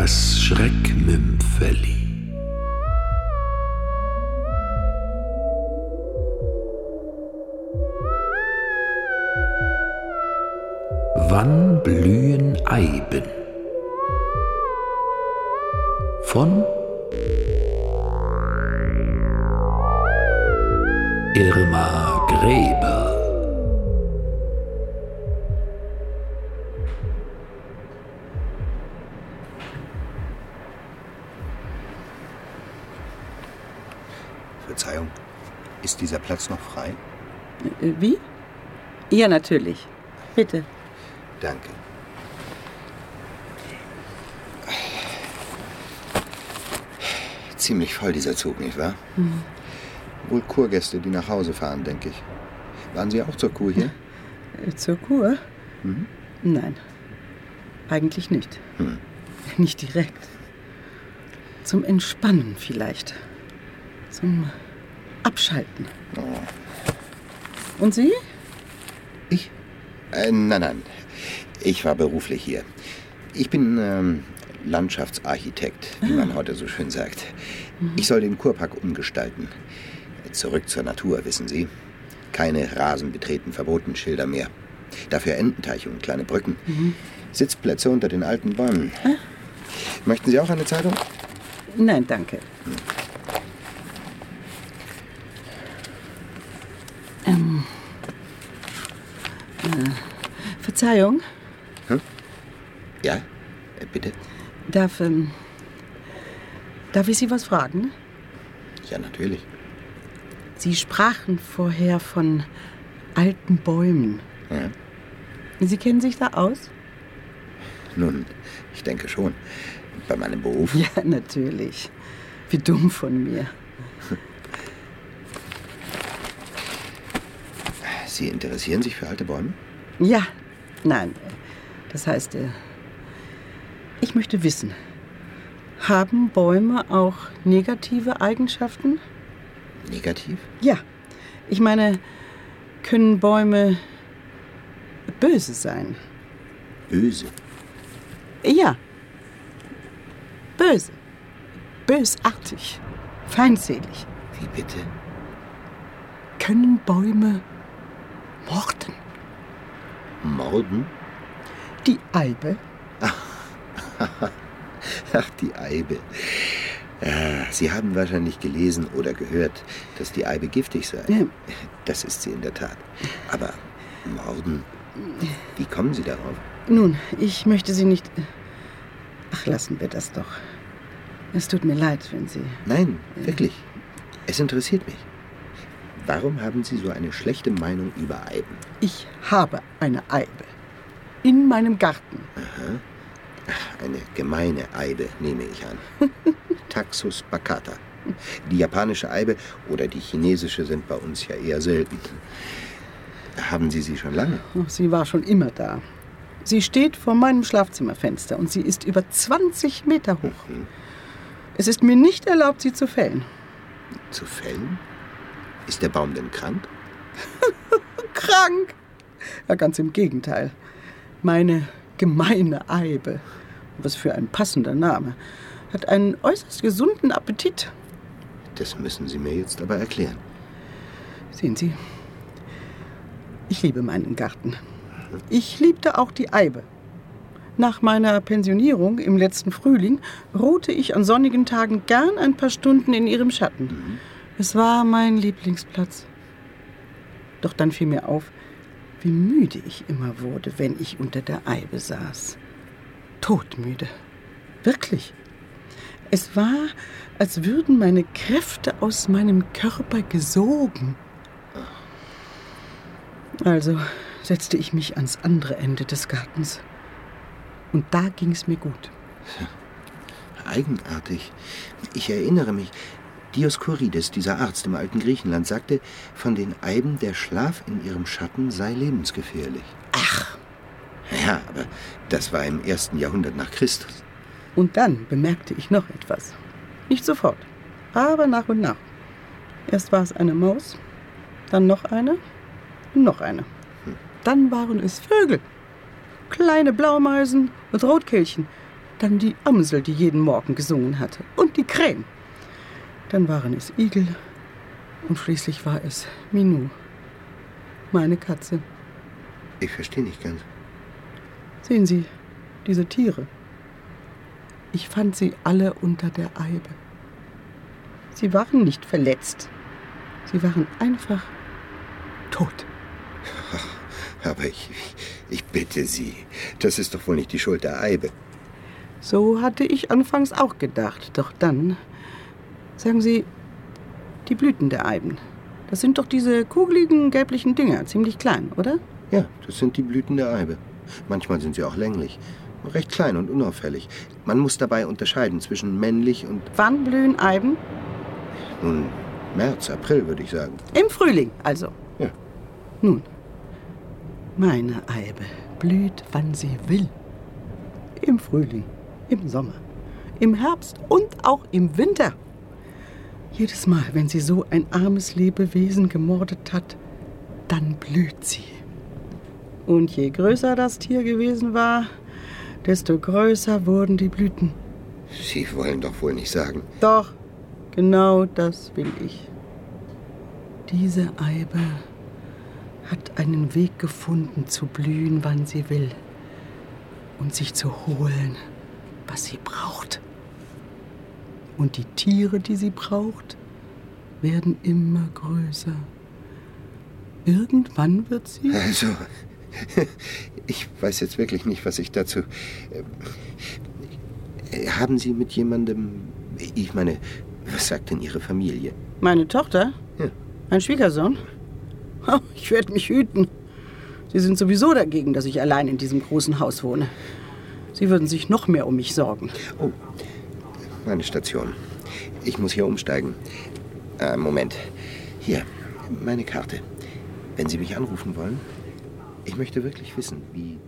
das Schreckmümpfeli. Wann blühen Eiben? Von Irma Gräber. Verzeihung, ist dieser Platz noch frei? Wie? Ja, natürlich. Bitte. Danke. Ziemlich voll dieser Zug, nicht wahr? Mhm. Wohl Kurgäste, die nach Hause fahren, denke ich. Waren Sie auch zur Kur hier? Zur Kur? Mhm. Nein, eigentlich nicht. Hm. Nicht direkt. Zum Entspannen vielleicht. Zum Abschalten. Oh. Und Sie? Ich? Nein. Ich war beruflich hier. Ich bin Landschaftsarchitekt, wie man heute so schön sagt. Ich soll den Kurpark umgestalten. Zurück zur Natur, wissen Sie. Keine Rasen betreten, verboten, Schilder mehr. Dafür Ententeiche und kleine Brücken. Sitzplätze unter den alten Bäumen. Möchten Sie auch eine Zeitung? Nein, danke. Verzeihung? Ja, bitte? Darf ich Sie was fragen? Ja, natürlich. Sie sprachen vorher von alten Bäumen. Ja. Sie kennen sich da aus? Nun, ich denke schon. Bei meinem Beruf. Ja, natürlich. Wie dumm von mir. Sie interessieren sich für alte Bäume? Ja, nein. Das heißt, ich möchte wissen, haben Bäume auch negative Eigenschaften? Negativ? Ja. Ich meine, können Bäume böse sein? Böse? Ja. Böse. Bösartig. Feindselig. Wie bitte? Können Bäume morden? Morden? Die Eibe? Ach, die Eibe. Sie haben wahrscheinlich gelesen oder gehört, dass die Eibe giftig sei. Ja. Das ist sie in der Tat. Aber morden? Wie kommen Sie darauf? Nun, ich möchte Sie nicht... Ach, lassen wir das doch. Es tut mir leid, wenn Sie... Nein, wirklich. Es interessiert mich. Warum haben Sie so eine schlechte Meinung über Eiben? Ich habe eine Eibe. In meinem Garten. Aha. Ach, eine gemeine Eibe, nehme ich an. Taxus baccata. Die japanische Eibe oder die chinesische sind bei uns ja eher selten. Haben Sie sie schon lange? Sie war schon immer da. Sie steht vor meinem Schlafzimmerfenster und sie ist über 20 Meter hoch. Es ist mir nicht erlaubt, sie zu fällen. Zu fällen? Ist der Baum denn krank? Krank? Ja, ganz im Gegenteil. Meine gemeine Eibe, was für ein passender Name, hat einen äußerst gesunden Appetit. Das müssen Sie mir jetzt aber erklären. Sehen Sie, ich liebe meinen Garten. Ich liebte auch die Eibe. Nach meiner Pensionierung im letzten Frühling ruhte ich an sonnigen Tagen gern ein paar Stunden in ihrem Schatten. Es war mein Lieblingsplatz. Doch dann fiel mir auf, wie müde ich immer wurde, wenn ich unter der Eibe saß. Todmüde. Wirklich. Es war, als würden meine Kräfte aus meinem Körper gesogen. Also setzte ich mich ans andere Ende des Gartens. Und da ging es mir gut. Eigenartig. Ich erinnere mich, Dioskurides, dieser Arzt im alten Griechenland, sagte, von den Eiben der Schlaf in ihrem Schatten sei lebensgefährlich. Ach. Ja, aber das war im 1. Jahrhundert nach Christus. Und dann bemerkte ich noch etwas. Nicht sofort, aber nach und nach. Erst war es eine Maus, dann noch eine und noch eine. Dann waren es Vögel. Kleine Blaumeisen und Rotkehlchen. Dann die Amsel, die jeden Morgen gesungen hatte. Und die Krähen. Dann waren es Igel. Und schließlich war es Minou, meine Katze. Ich verstehe nicht ganz. Sehen Sie, diese Tiere. Ich fand sie alle unter der Eibe. Sie waren nicht verletzt. Sie waren einfach tot. Aber ich bitte Sie, das ist doch wohl nicht die Schuld der Eibe. So hatte ich anfangs auch gedacht. Doch dann, sagen Sie, die Blüten der Eiben. Das sind doch diese kugeligen, gelblichen Dinger, ziemlich klein, oder? Ja, das sind die Blüten der Eibe. Manchmal sind sie auch länglich. Recht klein und unauffällig. Man muss dabei unterscheiden zwischen männlich und... Wann blühen Eiben? Nun, März, April, würde ich sagen. Im Frühling, also. Ja. Nun, meine Eibe blüht, wann sie will. Im Frühling, im Sommer, im Herbst und auch im Winter. Jedes Mal, wenn sie so ein armes Lebewesen gemordet hat, dann blüht sie. Und je größer das Tier gewesen war, desto größer wurden die Blüten. Sie wollen doch wohl nicht sagen... Doch, genau das will ich. Diese Eibe hat einen Weg gefunden, zu blühen, wann sie will. Und sich zu holen, was sie braucht. Und die Tiere, die sie braucht, werden immer größer. Irgendwann wird sie... Also, ich weiß jetzt wirklich nicht, was ich dazu... Haben Sie mit jemandem... Ich meine, was sagt denn Ihre Familie? Meine Tochter? Ja. Mein Schwiegersohn? Oh, ich werde mich hüten. Sie sind sowieso dagegen, dass ich allein in diesem großen Haus wohne. Sie würden sich noch mehr um mich sorgen. Oh, meine Station. Ich muss hier umsteigen. Moment. Hier, meine Karte. Wenn Sie mich anrufen wollen, ich möchte wirklich wissen, wie...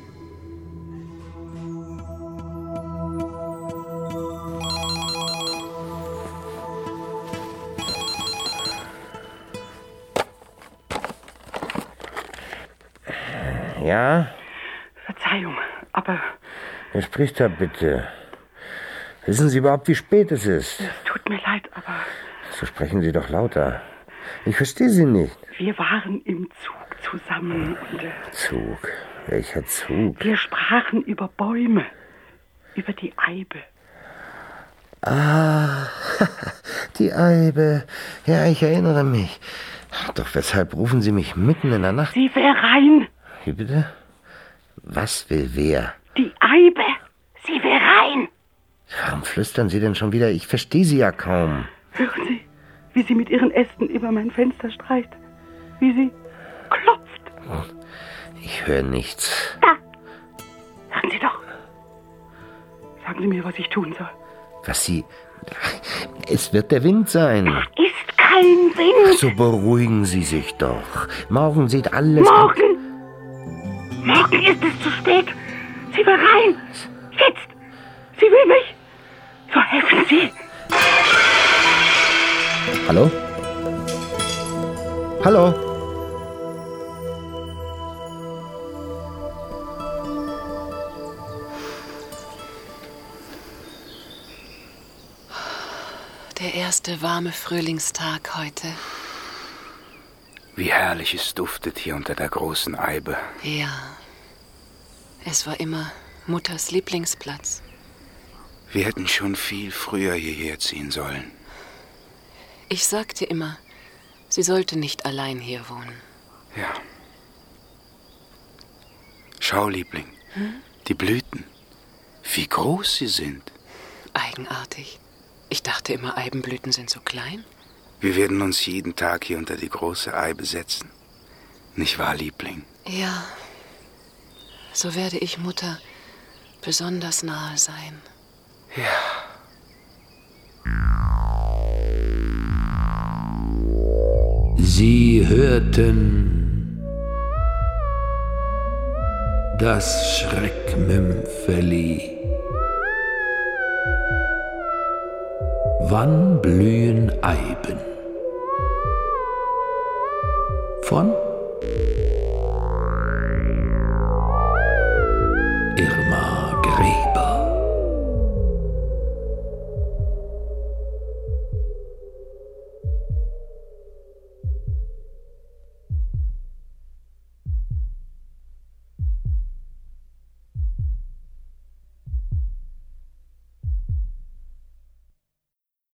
Ja? Verzeihung, aber... Wer spricht da bitte? Wissen Sie überhaupt, wie spät es ist? Es tut mir leid, aber... So sprechen Sie doch lauter. Ich verstehe Sie nicht. Wir waren im Zug zusammen und... Zug? Welcher Zug? Wir sprachen über Bäume, über die Eibe. Ah, die Eibe. Ja, ich erinnere mich. Doch weshalb rufen Sie mich mitten in der Nacht? Sie will rein. Wie bitte? Was will wer? Die Eibe. Sie will rein. Warum flüstern Sie denn schon wieder? Ich verstehe Sie ja kaum. Hören Sie, wie sie mit ihren Ästen über mein Fenster streicht. Wie sie klopft. Ich höre nichts. Da. Hören Sie doch. Sagen Sie mir, was ich tun soll. Was Sie... Es wird der Wind sein. Ist kein Wind. So beruhigen Sie sich doch. Morgen sieht alles... Morgen. Morgen ist es zu spät. Sie will rein. Jetzt. Sie will mich. So helfen Sie. Hallo? Hallo? Der erste warme Frühlingstag heute. Wie herrlich es duftet hier unter der großen Eibe. Ja, es war immer Mutters Lieblingsplatz. Wir hätten schon viel früher hierher ziehen sollen. Ich sagte immer, sie sollte nicht allein hier wohnen. Ja. Schau, Liebling, die Blüten. Wie groß sie sind. Eigenartig. Ich dachte immer, Eibenblüten sind so klein. Wir werden uns jeden Tag hier unter die große Eibe setzen. Nicht wahr, Liebling? Ja, so werde ich Mutter besonders nahe sein. Ja. Sie hörten das Schreckmümpfeli. Wann blühen Eiben? Von